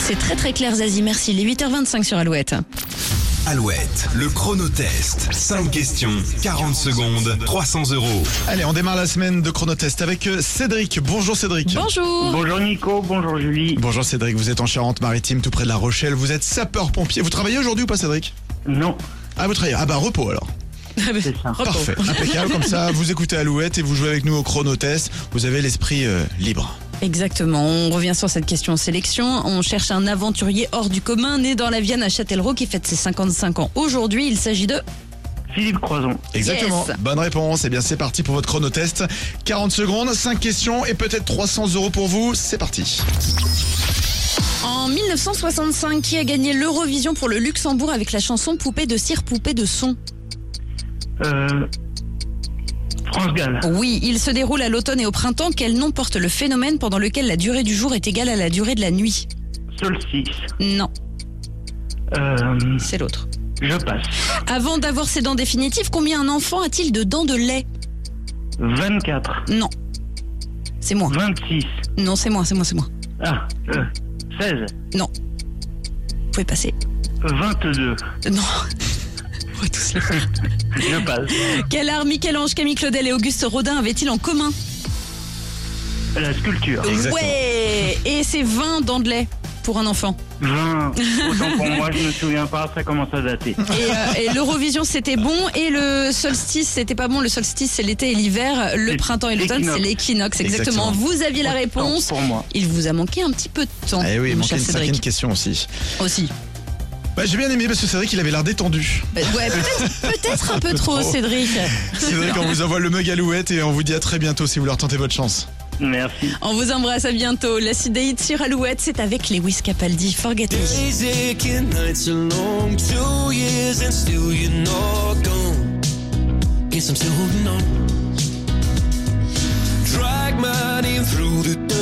C'est très très clair Zazie, merci. Les 8h25 sur Alouette. Alouette, le chronotest. 5 questions, 40 secondes, 300 €. Allez, on démarre la semaine de chronotest avec Cédric. Bonjour Cédric. Bonjour. Bonjour Nico, bonjour Julie. Bonjour Cédric, vous êtes en Charente-Maritime, tout près de La Rochelle. Vous êtes sapeur-pompier. Vous travaillez aujourd'hui ou pas Cédric? Non, Ah, vous travaillez. Ah bah repos alors. c'est ça. Repos. Parfait, impeccable. Comme ça, vous écoutez Alouette et vous jouez avec nous au chronotest. Vous avez l'esprit libre. Exactement, on revient sur cette question sélection. On cherche un aventurier hors du commun, né dans la Vienne à Châtellerault, qui fête ses 55 ans aujourd'hui. Il s'agit de... Philippe Croison. Exactement. Yes. Bonne réponse. Eh bien, c'est parti pour votre chronotest. 40 secondes, 5 questions et peut-être 300 € pour vous. C'est parti. En 1965, qui a gagné l'Eurovision pour le Luxembourg avec la chanson Poupée de cire, poupée de son? France Gall. Oui, il se déroule à l'automne et au printemps. Quel nom porte le phénomène pendant lequel la durée du jour est égale à la durée de la nuit? Solstice. Non, c'est l'autre. Je passe. Avant d'avoir ses dents définitives, combien un enfant a-t-il de dents de lait? 24. Non. C'est moi. 26. Non, c'est moi. 16. Non. Vous pouvez passer. 22. Non. On va tous le faire. Je passe. Quel art Michel-Ange, Camille Claudel et Auguste Rodin avaient-ils en commun? La sculpture. Exactement. Ouais. Et c'est 20 dents de lait pour un enfant. 20. Autant pour moi, je me souviens pas, ça commence à dater. Et l'Eurovision c'était bon et le solstice c'était pas bon. Le solstice c'est l'été et l'hiver. Le printemps et l'automne c'est l'équinoxe. Exactement. Vous aviez la réponse. Pour moi. Il vous a manqué un petit peu de temps. Eh oui, il mon manquait cher une Cédric. cinquième question aussi. Aussi. Bah, j'ai bien aimé parce que Cédric, il avait l'air détendu. Ouais, peut-être un peu trop, trop. Cédric. Cédric, on vous envoie le mug Alouette et on vous dit à très bientôt si vous leur tentez votre chance. Merci. On vous embrasse, à bientôt. La suite des hits sur Alouette, c'est avec Lewis Capaldi. Forget Me. Days aching, nights are long, 2 years and still you're not gone. Guess I'm still holding on. Drag my name through the